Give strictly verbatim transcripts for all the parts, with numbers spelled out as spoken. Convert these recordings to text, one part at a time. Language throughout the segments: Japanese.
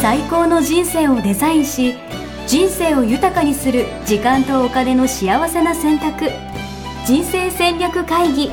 最高の人生をデザインし、人生を豊かにする時間とお金の幸せな選択、人生戦略会議。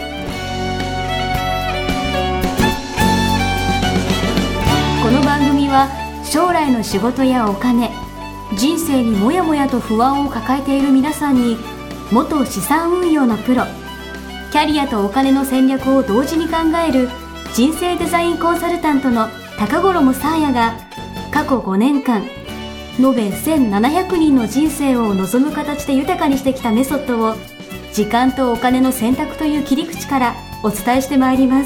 この番組は将来の仕事やお金、人生にもやもやと不安を抱えている皆さんに、元資産運用のプロ、キャリアとお金の戦略を同時に考える人生デザインコンサルタントの高頃もさあやが、過去ごねんかん延べせんななひゃくにんの人生を望む形で豊かにしてきたメソッドを、時間とお金の選択という切り口からお伝えしてまいります。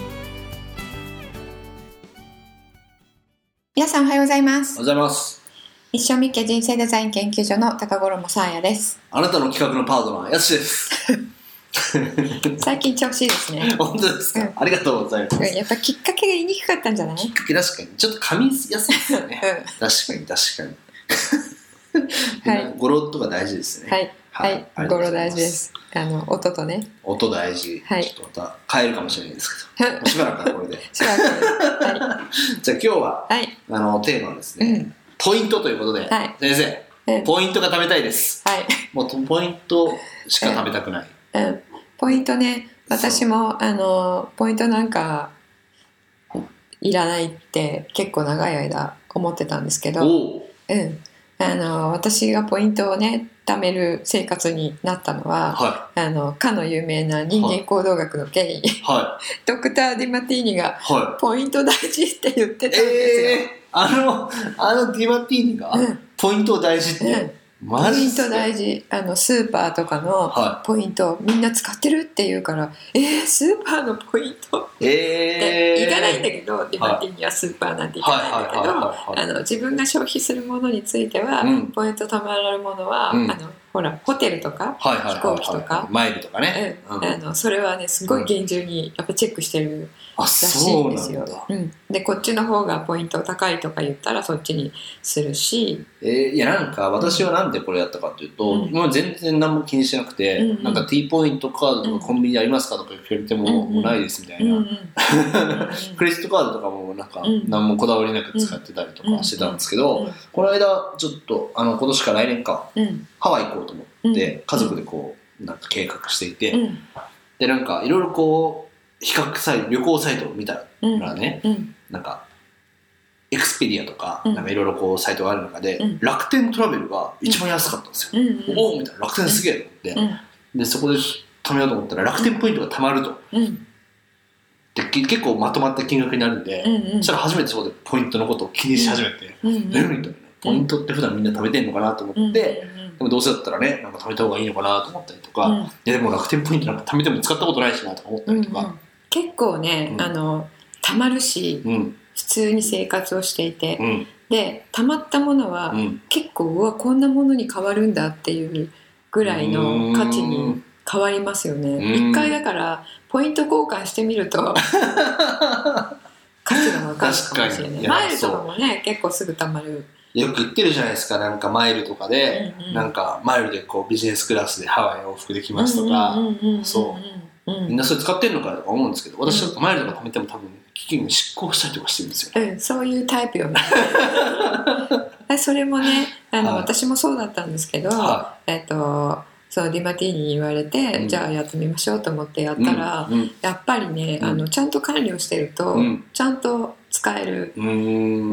皆さんおはようございます。 おはようございます。 一生みっけ人生デザイン研究所の高頃もさあやです。 あなたの企画のパートナーやすしです最近調子いいですね。 本当ですか、うん、ありがとうございます。 やっぱきっかけが言いにくかったんじゃない？ きっかけ確かにちょっと噛みやすいですよね、うん、確かに確かにはい、語呂とか大事ですね。 はいはい、はい、語呂大事です。あの音とね、 音大事、はい、ちょっとまた変えるかもしれないですけどしばらくはこれでしばらくはい、じゃあ今日は、はい、あのテーマはですね、うん、ポイントということで、はい、先生、うん、ポイントが貯めたいです、はい、もうポイントしか貯めたくない、 うんうん、ポイントね、私もあのポイントなんかいらないって結構長い間思ってたんですけど、うん、あの私がポイントをね貯める生活になったのは、はい、あのかの有名な人間行動学の権威、はい、ドクター・ディマティーニが、はい、ポイント大事って言ってたんですよ、 えー、あのあのディマティーニが、うん、ポイント大事って、うん、 ポイント大事。あのスーパーとかのポイント、はい、みんな使ってるって言うから、えー、スーパーのポイントって行かないんだけど、はい、ディマティーニはスーパーなんて行かないんだけど、自分が消費するものについては、うん、ポイント貯まるものは、うん、あのほらホテルとか、はいはいはいはい、飛行機とかマイルとかね、 うんうん、あのそれはねすごい厳重にやっぱチェックしてるらしいんですよ。うん、でこっちの方がポイント高いとか言ったらそっちにするし、 えー、いやなんか私はなんでこれやったかというと、うん、今全然何も気にしなくて、うんうん、なんか T ポイントカードとかコンビニありますかとか聞かれても、うんうん、もうないですみたいな、うんうん、クレジットカードとかもなんか何もこだわりなく使ってたりとかしてたんですけど、うんうん、この間ちょっとあの今年か来年か、うん、ハワイ行こうと思って、うん、家族でこうなんか計画していて、うん、でなんかいろいろこう比較サイト、旅行サイトを見たらね、うん、なんかエクスペリアとかいろいろこうサイトがある中で、うん、楽天トラベルが一番安かったんですよ、うん、おおみたいな、楽天すげえと思って、うん、でそこで貯めようと思ったら楽天ポイントが貯まると、うん、で結構まとまった金額になるんで、うんうん、そしたら初めてそこでポイントのことを気にし始めて、うんうん、えみたいな、ポイントって普段みんな貯めてんのかなと思って、うんうん、でもどうせだったらねなんか貯めた方がいいのかなと思ったりとか、うん、いやでも楽天ポイントなんか貯めても使ったことないしなとか思ったりとか、うんうん、 結構ね、うん、あの貯まるし、うん、普通に生活をしていて、うん、で貯まったものは、うん、結構うわこんなものに変わるんだっていうぐらいの価値に変わりますよね。一回だからポイント交換してみると価値が分かるかもしれない。マイルとかもね結構すぐ貯まる。 よく言ってるじゃないですか、なんかマイルとかで、うんうん、なんかマイルでこうビジネスクラスでハワイ往復できますとか、そうみんなそれ使ってるのかとか思うんですけど、私はマイルとか貯めても多分基金に執行したりとかしてるんですよ、 うん、そういうタイプよねそれもねあの、はい、私もそうだったんですけど、はい、えっとそうディマティーニに言われて、うん、じゃあやってみましょうと思ってやったら、うんうん、やっぱりね、うん、あのちゃんと管理をしてると、うん、ちゃんと使える、うん、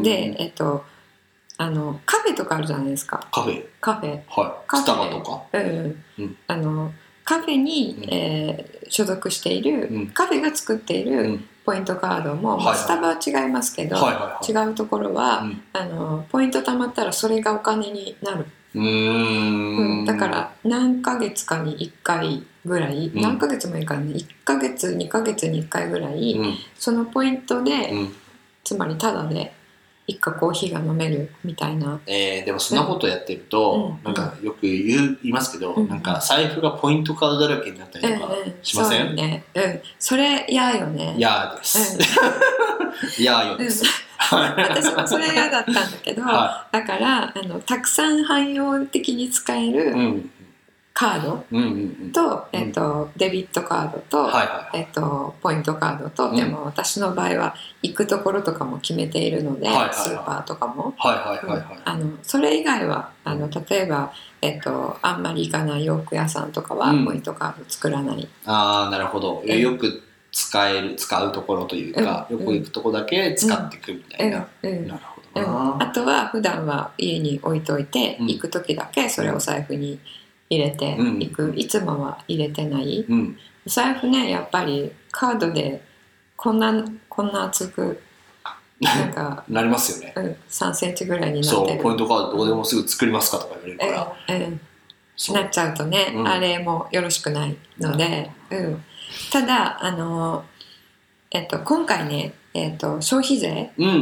で、えっと、あのカフェとかあるじゃないですか。 カフェカフェ、 はい、スタバとか、 うんうん、あのカフェに、うんえー、所属している、うん、カフェが作っているポイントカードも、うんまあ、スタバは違いますけど、はいはいはい、違うところは、うん、あのポイント貯まったらそれがお金になる。うーん、うん、だから何ヶ月かにいっかいぐらい、うん、何ヶ月もいいからねいっかげつにかげつにいっかいぐらい、うん、そのポイントで、うん、つまりタダで一家コーヒーが飲めるみたいな、 えー、でもそんなことやってると、うん、なんかよく言いますけど、うん、なんか財布がポイントカードだらけになったりとかしません？ うんうん、そうね、うん、それ嫌よね。 嫌です、うん、嫌よです、 うん、私もそれ嫌だったんだけど、はい、だからあのたくさん汎用的に使えるカードと、うんうんうんえっと、デビットカードと、はいはいはいえっと、ポイントカードと、うん、でも私の場合は行くところとかも決めているので、はいはいはい、スーパーとかも、はいはいはいはい、あのそれ以外はあの例えば、えっと、あんまり行かない洋服屋さんとかはポイントカード作らない、うん、ああなるほど、うん、よく使える使うところというか、うん、よく行くところだけ使っていくみたいな、うんうん、なるほどな、 うん、あとは普段は家に置いといて、うん、行く時だけそれを財布に入れていく、うん、いつもは入れてない、うん、財布ねやっぱりカードでこんなこんな厚くなんかなりますよね、 うん、さんセンチぐらいになってるそうポイントカードどこでもすぐ作りますかとか言われるから、 うんうんなっちゃうとね、うん、あれもよろしくないので、うん、ただあの、えっと、今回ね、えっと、消費税、 うんうん、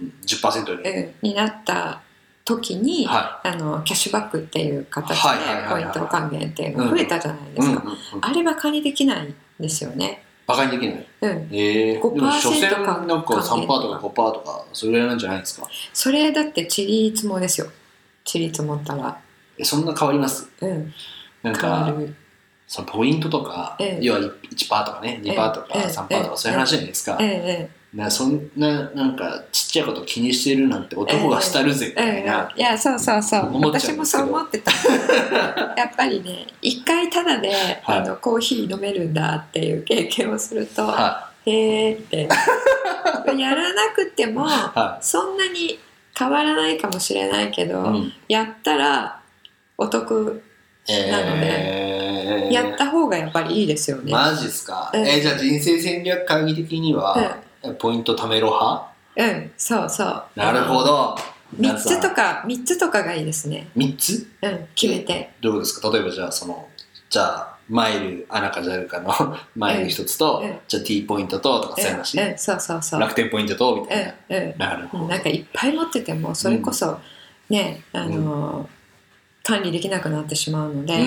じゅっパーセント に、 うん、になった時に、はい、あのキャッシュバックっていう形でポイント還元っていうのが増えたじゃないですか、あればバカにできないんですよね。 バカにできない、 うん、えー、ごパーセントかなんか さんパーセント とか ごパーセント とかそれぐらいなんじゃないですか。 それだってチリ積もですよ。チリ積もったらえそんな変わります、 うん、 なんかそのポイントとか、うん、要は いちパーセント とかね にパーセント とか さんパーセント とかそういう話じゃないですか、ええなそんななんかちっちゃいこと気にしてるなんて男がしたるぜみたいな、 ええ、いやそうそうそう私もそう思ってたやっぱりね一回タダで、はい、あのコーヒー飲めるんだっていう経験をすると、はい、へーってやらなくても、はい、そんなに変わらないかもしれないけど、うん、やったらお得なので、えー、やった方がやっぱりいいですよね。 マジっすか、うん、えー、じゃあ人生戦略会議的には、うん、ポイント貯めろ派？ うんそうそうなるほどみっつとかみっつとかがいいですね。 みっつ？ うん決めてどういうことですか。例えばじゃあそのじゃあマイルアナかジャルかのマイル一つと、うん、じゃあ T ポイントととかそういう話、 うんうん、そうそうそう楽天ポイントとみたいな、 うんうん、なるほど。なんかいっぱい持っててもそれこそ、うん、ねあのーうん管理できなくなってしまうので、うん、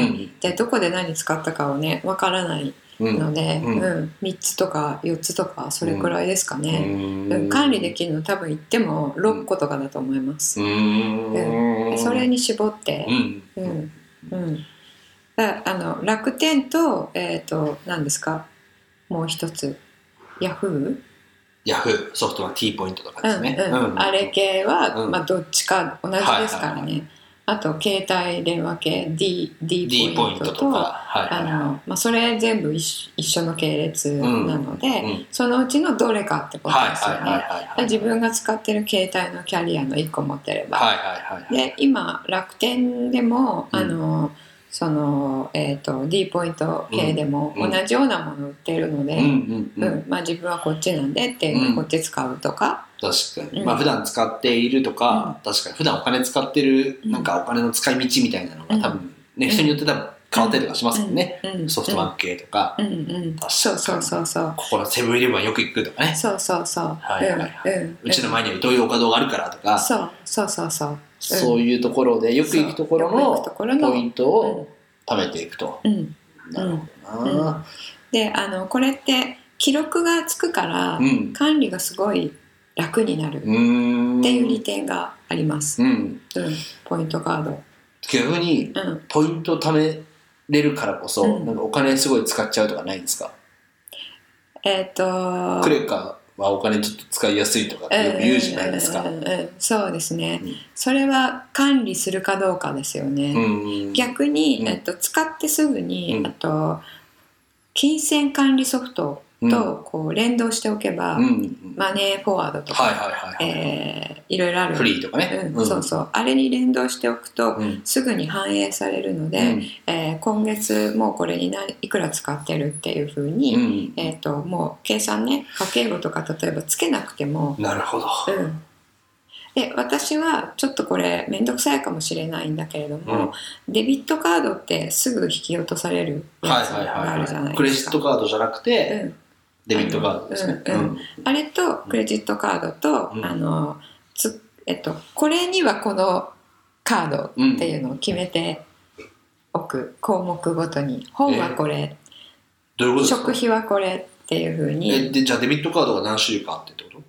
でどこで何使ったかをね分からないので、うんうん、みっつとかよっつとかそれくらいですかね、うん、管理できるの多分言ってもろっことかだと思います、うんうん、それに絞って、うんうんうん、だあの楽天と、えーと、何ですかもう一つヤフーヤフーソフトは T ポイントとかですね、 うんうんうん、あれ系は、うんまあ、どっちか同じですからね、はいはいはいあと携帯電話系 D, D ポイント と, とか、はいはいはいあのまあ、それ全部 一, 一緒の系列なので、うんうん、そのうちのどれかってことですよね、はいはいはいはい、自分が使ってる携帯のキャリアのいっこ持ってれば、はいはいはいはい、で今楽天でも、うん、あのその、えーと、D ポイント系でも同じようなもの売ってるので、うんうんうんうんまあ、自分はこっちなんでっていうのこっち使うとか、 確かに、うん、まあ普段使っているとか、うん、確かに普段お金使ってるなんかお金の使い道みたいなのが多分ね、うん、人によって多分変わったりとかしますもんね、うん、ソフトバンク系とか、うんうん、確かにそうそうそうそうここのセブンイレブンはよく行くとかねそうそうそう、 はいはいはいうん、うちの前にはどういうおかどがあるからとかそうそうそうそう、うん、 そういうところでよく行くところのポイントを貯めていくと、うん、なるほどな、うん、 であのこれって記録がつくから、うん、管理がすごい楽になるっていう利点があります、うんうん、ポイントカード逆にポイント貯めれるからこそ、うん、なんかお金すごい使っちゃうとかないんですか。 えっ、ー、とクレカはお金ちょっと使いやすいとかってよく言うじゃないですか、うんうんうん、 そうですね、うん、それは管理するかどうかですよね、うん、逆に、えっと、使ってすぐに、うん、あと金銭管理ソフトとこう連動しておけば、うん、マネーフォワードとか、はいはいはいはいえー、いろいろあるフリーとかね、 うん、そうそうあれに連動しておくと、うん、すぐに反映されるので、うんえー、今月もうこれにいくら使ってるっていうふうに、うんえー、ともう計算ね家計簿とか例えばつけなくてもなるほど、 うんで私はちょっとこれめんどくさいかもしれないんだけれども、うん、デビットカードってすぐ引き落とされるやつがあるじゃないですか、はいはいはいはい、 クレジットカードじゃなくて、うんデビットカードですね、 うんうん、あれとクレジットカードと、うんあのつえっと、これにはこのカードっていうのを決めておく、項目ごとに本はこれ、えー、どういうことですか。 食費はこれっていうふうにえでじゃあデビットカードが何種類かあってってこと。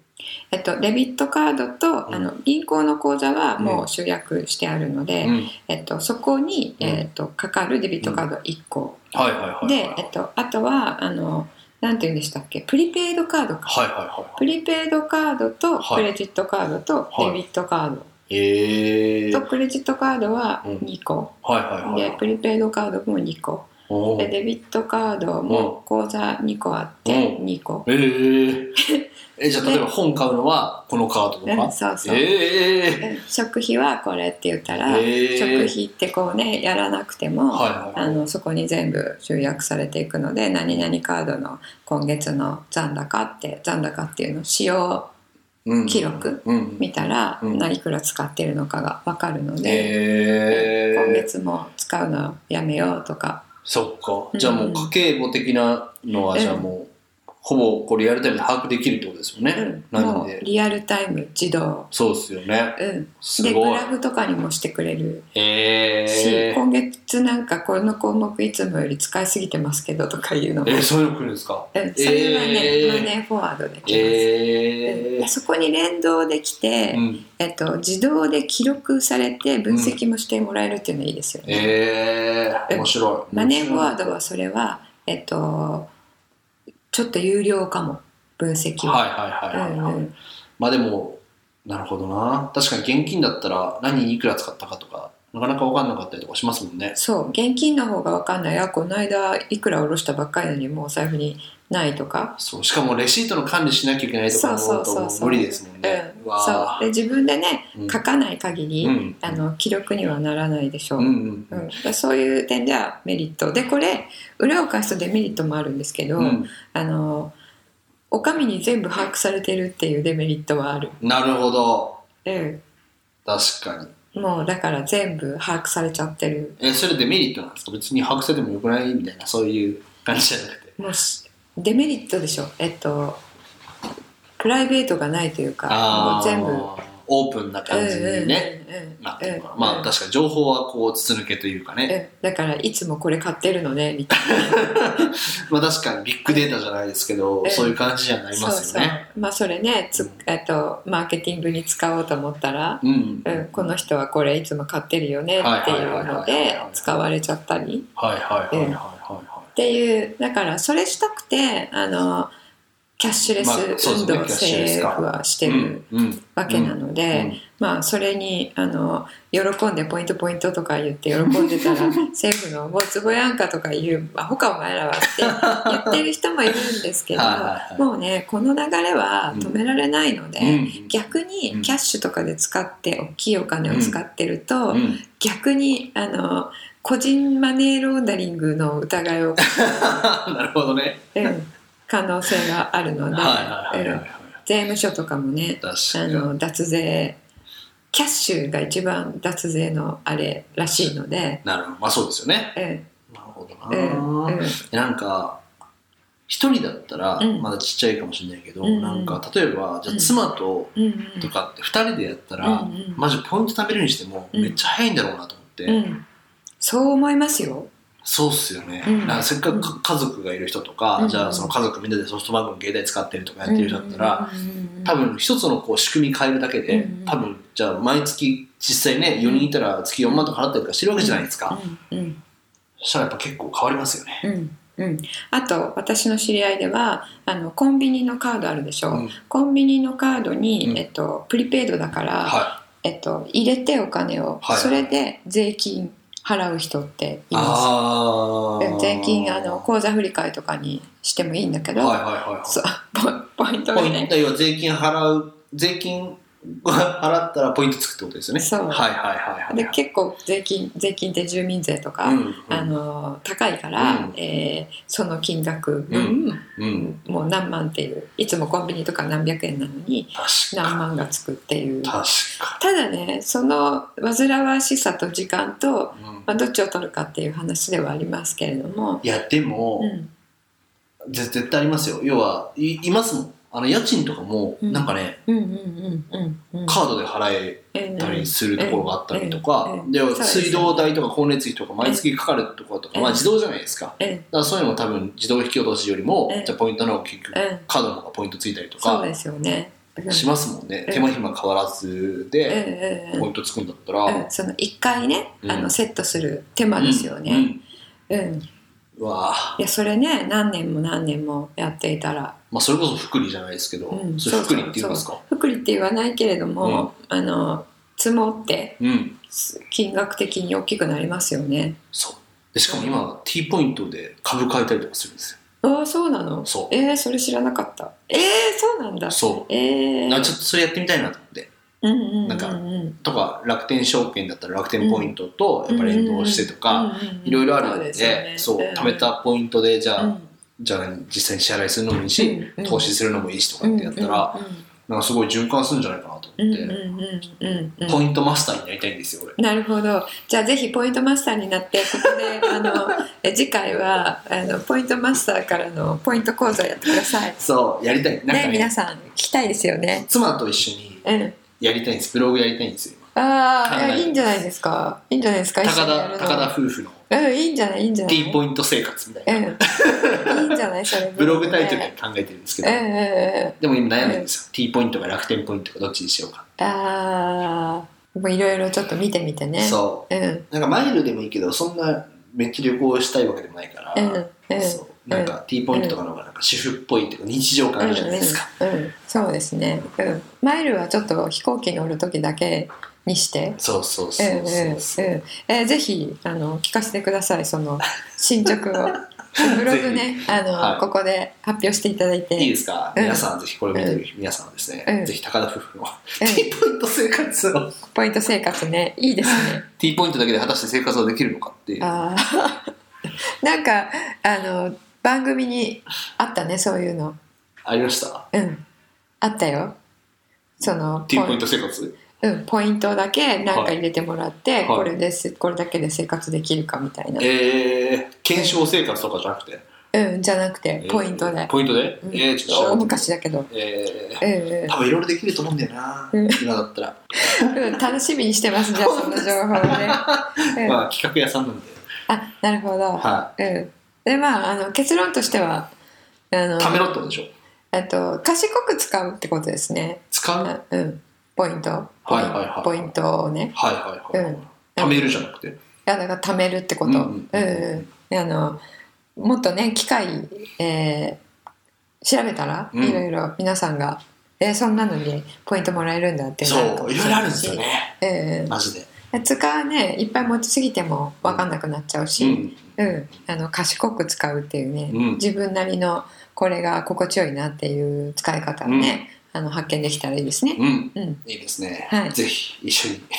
えっと、デビットカードと、うん、あの銀行の口座はもう集約してあるので、うんえっと、そこに、えっと、かかるデビットカードいっこ、うんはいはいはいはい、で、えっと、あとはあのなんて言うんでしたっけプリペイドカードか、はいはいはいはい、プリペイドカードとクレジットカードとデビットカード、はいえー、とクレジットカードはにこ、うんはいはいはい、でプリペイドカードもにこでデビットカードも口座にこあってにこ、 えー、えじゃあ例えば本買うのはこのカードとか、 うん、そうそう、 えー、食費はこれって言ったら、えー、食費ってこうねやらなくても、はいはいはい、あのそこに全部集約されていくので何々カードの今月の残高って残高っていうの使用記録見たら、うんうん、いくら使ってるのかが分かるので、えー、今月も使うのやめようとか。 そっか、じゃあもう家計簿的なのはじゃあもう、うん、ほぼこれリアルタイムで把握できるってことですよね、うん、 何でもうリアルタイム自動そうですよね、 うん、でグラフとかにもしてくれるし、今月なんかこの項目いつもより使いすぎてますけどとかいうのもえー、そういうの来るんですか、 うん、それはね、えー、マネーフォワードできます、えー、そこに連動できて、うんえっと、自動で記録されて分析もしてもらえるっていうのはいいですよね、 うん、えー、面白い。 マネーフォワードはそれはえっとちょっと有料かも分析は。 はいはいはいはい、はいうん、まあでもなるほどな。確かに現金だったら何にいくら使ったかとかなかなか分かんなかったりとかしますもんね。 そう現金の方が分かんない。あこの間いくら下ろしたばっかりのにもうお財布にないとか。 そうしかもレシートの管理しなきゃいけないとか思うと無理ですもんね。 うん、そうで自分でね、うん、書かない限り、うん、あの記録にはならないでしょう、うんうんうんうん、そういう点ではメリットでこれ裏を返すとデメリットもあるんですけど、うん、あのお上に全部把握されてるっていうデメリットはある。 なるほど、 うん、 確かにもうだから全部把握されちゃってる。 えそれデメリットなんですか？別に把握されてもよくないみたいなそういう感じじゃなくてもうデメリットでしょ。えっとプライベートがないというかもう全部オープンな感じにねなってるから、まあ確かに情報はこう筒抜けというかね、 だからいつもこれ買ってるのねみたいなまあ確かにビッグデータじゃないですけどそういう感じになりますよね。 そうそうまあそれねつ、えっと、マーケティングに使おうと思ったら、うんうん、この人はこれいつも買ってるよねっていうので使われちゃったりっていうだからそれしたくてあのキャッシュレス運動を政府はしてるわけなので、まあそれにあの喜んでポイントポイントとか言って喜んでたら政府のもうつぼやんかとか言う、まあ、他お前らはって言ってる人もいるんですけどもうねこの流れは止められないので、逆にキャッシュとかで使って大きいお金を使ってると、逆にあの個人マネーロンダリングの疑いをなるほどね、 うん可能性があるので、税務署とかもねあの脱税キャッシュが一番脱税のあれらしいので。 なるほど、まあそうですよね、ええ、なるほどな、ええ、なんか一人だったらまだちっちゃいかもしれないけど、うん、なんか例えばじゃあ妻ととかってふたりでやったら、うんうん、マジポイント貯めるにしてもめっちゃ早いんだろうなと思って、うんうん、 そう思いますよ。 そうっすよね、うん、なんかせっかく家族がいる人とか、うん、じゃあその家族みんなでソフトバンクの携帯使ってるとかやってる人だったら、うん、多分一つのこう仕組み変えるだけで、うん、多分じゃあ毎月実際ねよにんいたら月よんまんとか払ったりとかしてるわけじゃないですか、うんうん、そしたらやっぱ結構変わりますよね、 うんうん、あと私の知り合いではあのコンビニのカードあるでしょ、うん、コンビニのカードに、うんえっと、プリペイドだから、はいえっと、入れてお金を、はい、それで税金払う人っています。あ税金あの口座振り替えとかにしてもいいんだけど、はいはいはいはい、そうポイントがね。ポイントは税金払う税金払ったらポイントつくってことですよね。 そう。はいはいはいはい。で結構税金税金って住民税とか、うんうん、あの高いから、うんえー、その金額分、うんうん、もう何万っていういつもコンビニとか何百円なのに何万がつくっていう。確かただねその煩わしさと時間と、うんまあ、どっちを取るかっていう話ではありますけれども。 いやでも、うん、絶対ありますよ。要はいいますもん。あの家賃とかもなんかねカードで払えたりするところがあったりとかで水道代とか光熱費とか毎月かかるところとかまあ自動じゃないですか。だからそういうのも多分自動引き落としよりもじゃあポイントの方が結局カードの方がポイントついたりとかそうですよね。 しますもんね、うん、手間暇変わらずでポイントつくんだったら、 うんうん、そのいっかいね、うん、あのセットする手間ですよね、うんうんうん、うわいやそれね何年も何年もやっていたら、 まあ、それこそ福利じゃないですけど、うん、それ福利って言いますか？ そうそうそう福利って言わないけれども、うん、あの積もって、うん、金額的に大きくなりますよね。 そうでしかも今 T ポイントで株買えたりとかするんですよ。 ああそうなの？ そうえー、それ知らなかった。えー、そうなんだ。 そう、 えー、 ちょっとそれやってみたいなと思って、 うんうんうんうん、 なんかとか楽天証券だったら楽天ポイントとやっぱり連動してとかいろいろあるので、そう、貯めたポイントでじゃあ、うん、じゃあ実際に支払いするのもいいし、うんうん、投資するのもいいしとかってやったら、うんうんうん、なんかすごい循環するんじゃないかなと思って、うんうんうんうん、ポイントマスターになりたいんですよ俺。 なるほど。じゃあぜひポイントマスターになってここであのえ次回はあのポイントマスターからのポイント講座やってください。 そうやりたい。なんかね、 ね皆さん聞きたいですよね。 妻と一緒にやりたいんです。ブログやりたいんですよ。 ああいいんじゃないですか。いいんじゃないですか。 高田高田夫婦の。 うん、いいんじゃないいいんじゃない T ポイント生活みたいな、 うん、いいんじゃないそれブログタイトルで考えてるんですけど、うんうんうん、でも今悩んでるんですよ、うん、T ポイントか楽天ポイントかどっちにしようか。 ああいろいろちょっと見てみてね。 そう、うん、なんかマイルでもいいけどそんなめっちゃ旅行したいわけでもないから、うんうん、そうなんか T ポイントとかの方がなんか主婦っぽいっていうか日常感あるじゃないですか、 うんうんうん、そうですね、うん、マイルはちょっと飛行機乗る時だけにしてそうそうそうそうそうそう、 えーえー、ぜひあの聞かせてくださいその進捗をブログねあの、はい、ここで発表していただいていいですか、うん、皆さんぜひこれを見てる皆さんはですね、うん、ぜひ高田夫婦の、うん、T ポイント生活をポイント生活ねいいですね T ポイントだけで果たして生活はできるのかっていう。 あなんかあの番組にあったねそういうの。 ありました？ うんあったよその T ポイント生活うん、ポイントだけなんか入れてもらって、はい、これです、これだけで生活できるかみたいな。 えー、検証生活とかじゃなくて？ うん、じゃなくてポイントで。 えー、ポイントで？うん、えー、ちょっと大昔だけど。 えー、えー、多分いろいろできると思うんだよな、うん、今だったら。 うん、楽しみにしてますじゃあその情報で。 うん、まあ企画屋さんなんで。 あ、なるほど。はい。うん。でまああの結論としてはあの貯めろってことでしょ。 えっと賢く使うってことですね。 使う？ うん。ポイント、 はいはいはい、 ポイントをね、 はいはいはい、うん、貯めるじゃなくて、いやだから貯めるってこと、うんうんうんうん、あのもっとね機械、えー、調べたら、うん、いろいろ皆さんが、えー、そんなのにポイントもらえるんだってなるかもしれないし、 そういろいろあるんですよね、えー、マジで使うねいっぱい持ちすぎても分かんなくなっちゃうし、うんうん、あの賢く使うっていうね、うん、自分なりのこれが心地よいなっていう使い方をね、うんあの発見できたらいいですね。 うん、うん、いいですね。はい、ぜひ一緒に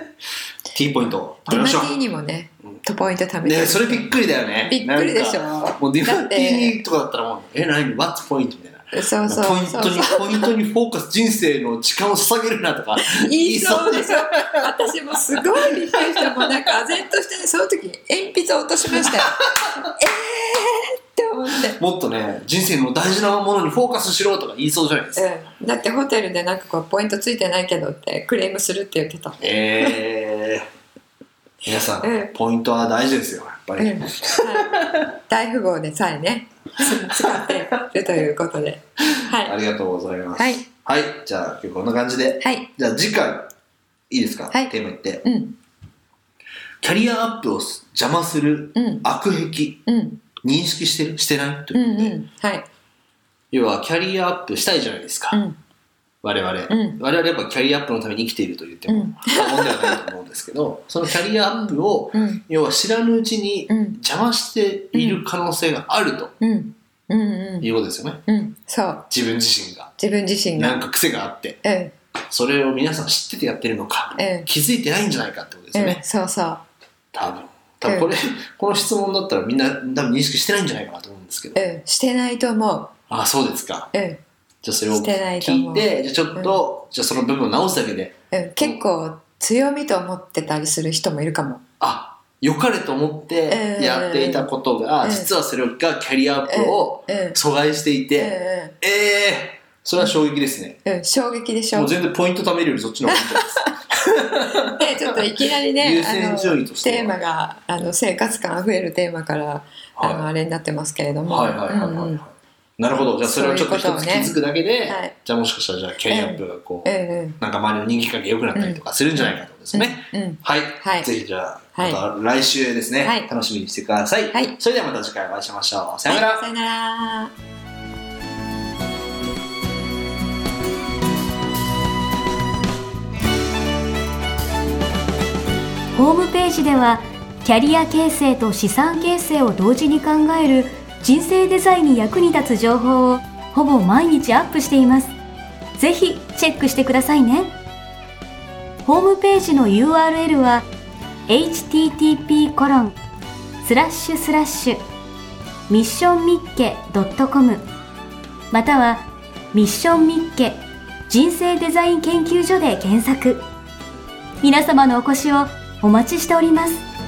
T ポイントディマティにもね、うん、ポイント貯めてねそれびっくりだよね。 びっくりでしょ。 もうディマティとかだったらもうえ何 What's ポイントみたいな。 そうそうポイントにポイントにフォーカス人生の時間を捧げるなとか言いそうでしょ。私もすごいびっくりしたもうなんか唖然として、ね、その時鉛筆を落としましたよ。えーって思ってもっとね人生の大事なものにフォーカスしろとか言いそうじゃないですか、 うん、だってホテルでなんかこうポイントついてないけどってクレームするって言ってた。 えー、皆さん、うん、ポイントは大事ですよやっぱり、うんはい、 大富豪でさえね使ってるということで、はい、 ありがとうございます。 はい、 はい、じゃあ今日こんな感じで、 はい、 じゃあ次回いいですか、はい、テーマ言って、うん、キャリアアップを邪魔する悪癖、うん認識してるしてないということで、うんうんはい、要はキャリアアップしたいじゃないですか、うん、我々、うん、我々やっぱキャリアアップのために生きていると言っても過言ではないと思うんですけどそのキャリアアップを、うん、要は知らぬうちに邪魔している可能性があると、うんうんうん、いうことですよね、 うん、そう自分自身が自分自身がなんか癖があって、 うん、 それを皆さん知っててやってるのか、うん、気づいてないんじゃないかってことですよね、 うん、そうそう多分多分これ、うん、この質問だったらみんな多分認識してないんじゃないかなと思うんですけど、 うん、してないと思う。 ああそうですか、 うん、 じゃあそれを聞いてじゃあちょっと、うん、じゃあその部分を直すだけで、 うん、結構強みと思ってたりする人もいるかも。 あ良かれと思ってやっていたことが、うん、実はそれがキャリアアップを阻害していて、うんうん、ええー、それは衝撃ですね、 うん、衝撃でしょ。 もう全然ポイント貯めるよりそっちの方がいいんじゃないですかでちょっといきなりね優先順位としてテーマがあの生活感あふれるテーマから、はい、あのあれになってますけれども、はいはいはいはい、うん、 なるほど。じゃあそれをちょっと一つ気づくだけで、ううねはい、じゃあもしかしたらじゃあキャリアアップがこう、うんうん、なんか周りの人気関係良くなったりとかするんじゃないかとですね、うんうんうん、はい、はい、ぜひじゃあまた来週ですね、はい、楽しみにしてください、はい、それではまた次回お会いしましょう。さよなら、はい、 さよなら。 ホームページではキャリア形成と資産形成を同時に考える人生デザインに役に立つ情報をほぼ毎日アップしています。ぜひチェックしてくださいね。ホームページの ユーアールエル は エイチティーティーピーコロンスラッシュスラッシュミッションミッケドットコム またはミッションミッケ人生デザイン研究所で検索。皆様のお越しをお待ちしております。